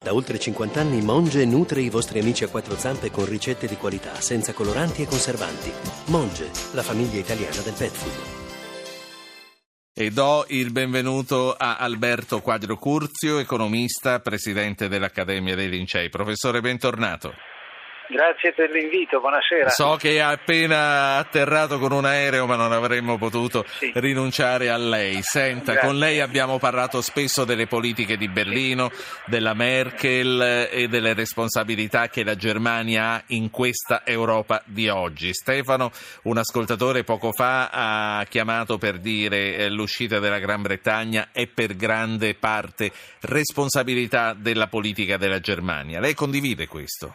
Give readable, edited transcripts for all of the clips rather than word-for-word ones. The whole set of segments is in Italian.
Da oltre 50 anni Monge nutre i vostri amici a quattro zampe con ricette di qualità, senza coloranti e conservanti. Monge, la famiglia italiana del pet food. E do il benvenuto a Alberto Quadrio Curzio, economista, presidente dell'Accademia dei Lincei. Professore, bentornato. Grazie per l'invito, buonasera. So che è appena atterrato con un aereo, ma non avremmo potuto rinunciare a lei. Senta, Grazie. Con lei abbiamo parlato spesso delle politiche di Berlino, della Merkel e delle responsabilità che la Germania ha in questa Europa di oggi. Stefano, un ascoltatore poco fa, ha chiamato per dire l'uscita della Gran Bretagna è per grande parte responsabilità della politica della Germania. Lei condivide questo?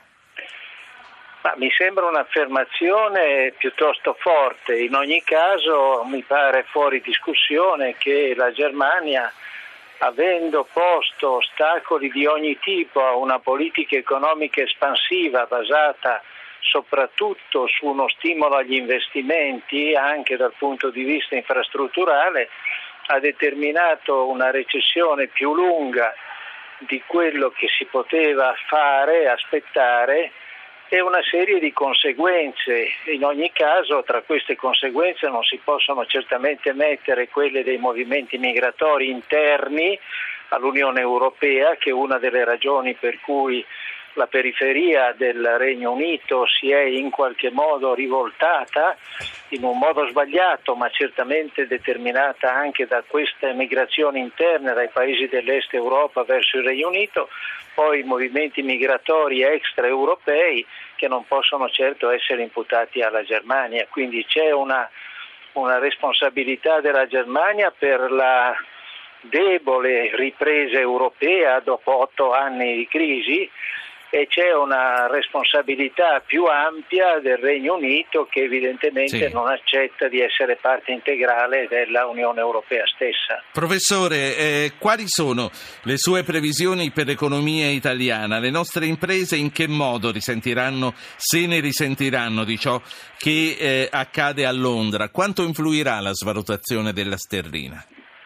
Ma mi sembra un'affermazione piuttosto forte. In ogni caso mi pare fuori discussione che la Germania, avendo posto ostacoli di ogni tipo a una politica economica espansiva basata soprattutto su uno stimolo agli investimenti, anche dal punto di vista infrastrutturale, ha determinato una recessione più lunga di quello che si poteva fare, aspettare, e una serie di conseguenze. In ogni caso, tra queste conseguenze non si possono certamente mettere quelle dei movimenti migratori interni all'Unione Europea, che è una delle ragioni per cui la periferia del Regno Unito si è in qualche modo rivoltata, in un modo sbagliato, ma certamente determinata anche da queste migrazioni interne dai paesi dell'est Europa verso il Regno Unito, poi i movimenti migratori extraeuropei che non possono certo essere imputati alla Germania. Quindi c'è una responsabilità della Germania per la debole ripresa europea dopo 8 anni di crisi, e c'è una responsabilità più ampia del Regno Unito che evidentemente non accetta di essere parte integrale della Unione Europea stessa. Professore, quali sono le sue previsioni per l'economia italiana? Le nostre imprese in che modo risentiranno, se ne risentiranno, di ciò che accade a Londra? Quanto influirà la svalutazione della sterlina?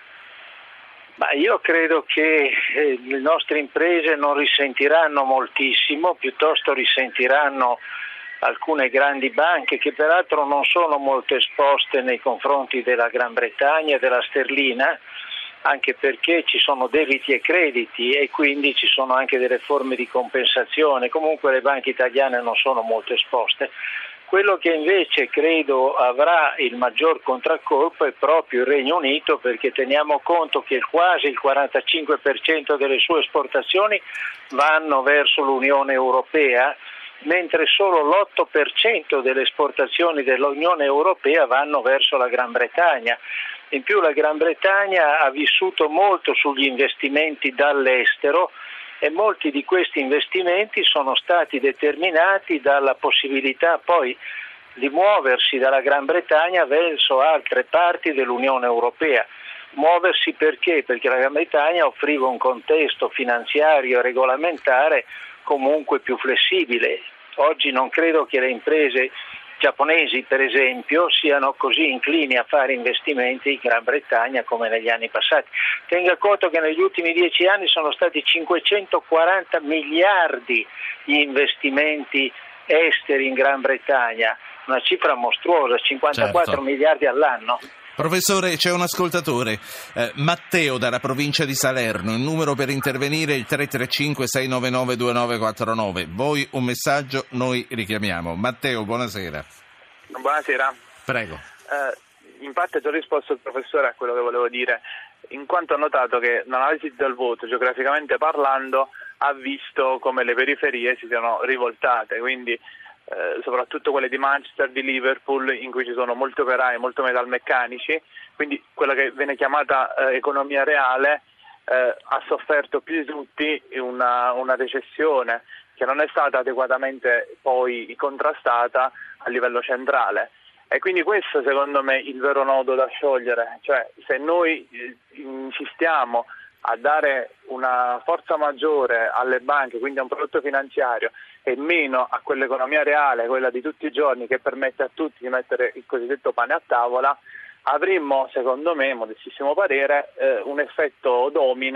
Ma io credo che le nostre imprese non risentiranno moltissimo, piuttosto risentiranno alcune grandi banche che peraltro non sono molto esposte nei confronti della Gran Bretagna e della sterlina, anche perché ci sono debiti e crediti e quindi ci sono anche delle forme di compensazione. Comunque le banche italiane non sono molto esposte. Quello che invece credo avrà il maggior contraccolpo è proprio il Regno Unito, perché teniamo conto che quasi il 45% delle sue esportazioni vanno verso l'Unione Europea, mentre solo l'8% delle esportazioni dell'Unione Europea vanno verso la Gran Bretagna. In più la Gran Bretagna ha vissuto molto sugli investimenti dall'estero, e molti di questi investimenti sono stati determinati dalla possibilità poi di muoversi dalla Gran Bretagna verso altre parti dell'Unione Europea. Muoversi perché? Perché la Gran Bretagna offriva un contesto finanziario e regolamentare comunque più flessibile. Oggi non credo che le imprese giapponesi, per esempio, siano così inclini a fare investimenti in Gran Bretagna come negli anni passati. Tenga conto che negli ultimi 10 anni sono stati 540 miliardi gli investimenti esteri in Gran Bretagna, una cifra mostruosa, 54 miliardi all'anno. Professore, c'è un ascoltatore, Matteo dalla provincia di Salerno, il numero per intervenire è il 335-699-2949. Voi un messaggio, noi richiamiamo. Matteo, buonasera. Buonasera. Prego. In parte ho risposto il professore a quello che volevo dire, in quanto ho notato che l'analisi del voto, geograficamente parlando, ha visto come le periferie si siano rivoltate, quindi soprattutto quelle di Manchester, di Liverpool, in cui ci sono molti operai, molto metalmeccanici, quindi quella che viene chiamata economia reale ha sofferto più di tutti una recessione che non è stata adeguatamente poi contrastata a livello centrale. E quindi questo secondo me è il vero nodo da sciogliere, cioè se noi insistiamo a dare una forza maggiore alle banche, quindi a un prodotto finanziario, e meno a quell'economia reale, quella di tutti i giorni che permette a tutti di mettere il cosiddetto pane a tavola, avremmo, secondo me, modestissimo parere, un effetto domino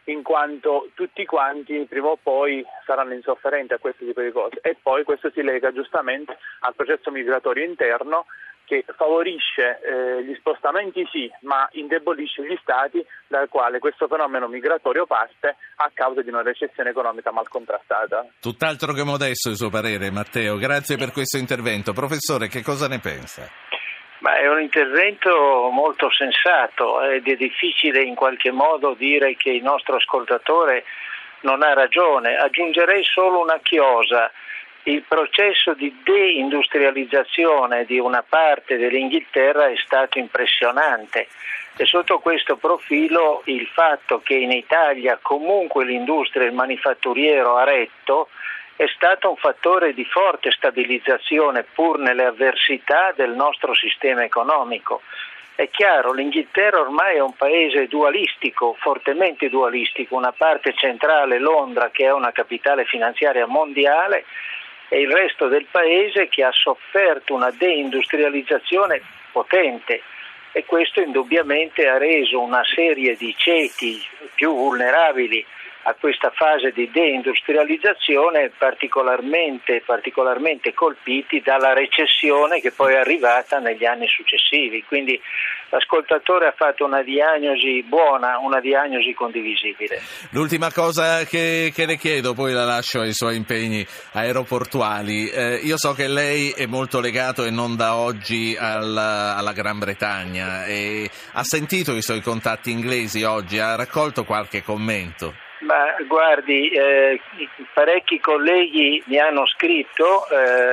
in quanto tutti quanti prima o poi saranno insofferenti a questo tipo di cose. E poi questo si lega giustamente al processo migratorio interno, che favorisce gli spostamenti sì, ma indebolisce gli stati dal quale questo fenomeno migratorio parte a causa di una recessione economica mal contrastata. Tutt'altro che modesto il suo parere, Matteo. Grazie per questo intervento. Professore, che cosa ne pensa? Ma è un intervento molto sensato ed è difficile in qualche modo dire che il nostro ascoltatore non ha ragione. Aggiungerei solo una chiosa. Il processo di deindustrializzazione di una parte dell'Inghilterra è stato impressionante e sotto questo profilo il fatto che in Italia comunque l'industria e il manifatturiero ha retto è stato un fattore di forte stabilizzazione pur nelle avversità del nostro sistema economico. È chiaro, l'Inghilterra ormai è un paese dualistico, fortemente dualistico, una parte centrale Londra che è una capitale finanziaria mondiale e il resto del paese che ha sofferto una deindustrializzazione potente e questo indubbiamente ha reso una serie di ceti più vulnerabili a questa fase di deindustrializzazione particolarmente colpiti dalla recessione che poi è arrivata negli anni successivi. Quindi l'ascoltatore ha fatto una diagnosi buona, una diagnosi condivisibile. L'ultima cosa che le chiedo, poi la lascio ai suoi impegni aeroportuali. Io so che lei è molto legato e non da oggi alla Gran Bretagna e ha sentito i suoi contatti inglesi oggi, ha raccolto qualche commento? Ma guardi, parecchi colleghi mi hanno scritto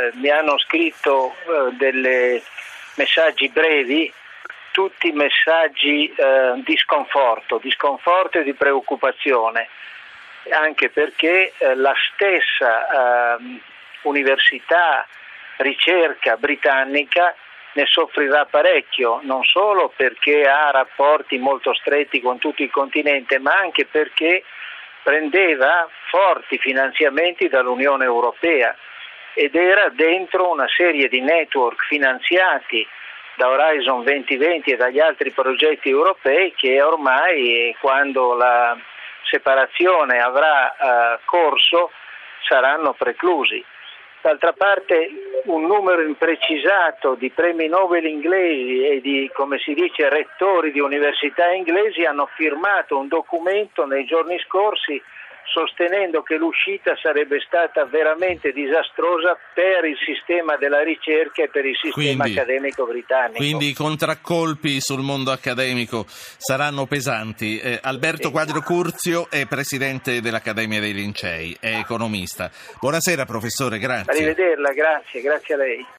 dei messaggi brevi, tutti messaggi di sconforto e di preoccupazione, anche perché la stessa università ricerca britannica ne soffrirà parecchio, non solo perché ha rapporti molto stretti con tutto il continente, ma anche perché prendeva forti finanziamenti dall'Unione Europea ed era dentro una serie di network finanziati da Horizon 2020 e dagli altri progetti europei che ormai, quando la separazione avrà corso, saranno preclusi. D'altra parte un numero imprecisato di premi Nobel inglesi e di, come si dice, rettori di università inglesi hanno firmato un documento nei giorni scorsi sostenendo che l'uscita sarebbe stata veramente disastrosa per il sistema della ricerca e per il sistema accademico britannico. Quindi i contraccolpi sul mondo accademico saranno pesanti. Alberto Quadrio Curzio è presidente dell'Accademia dei Lincei, è economista. Buonasera professore, grazie. Arrivederla, grazie a lei.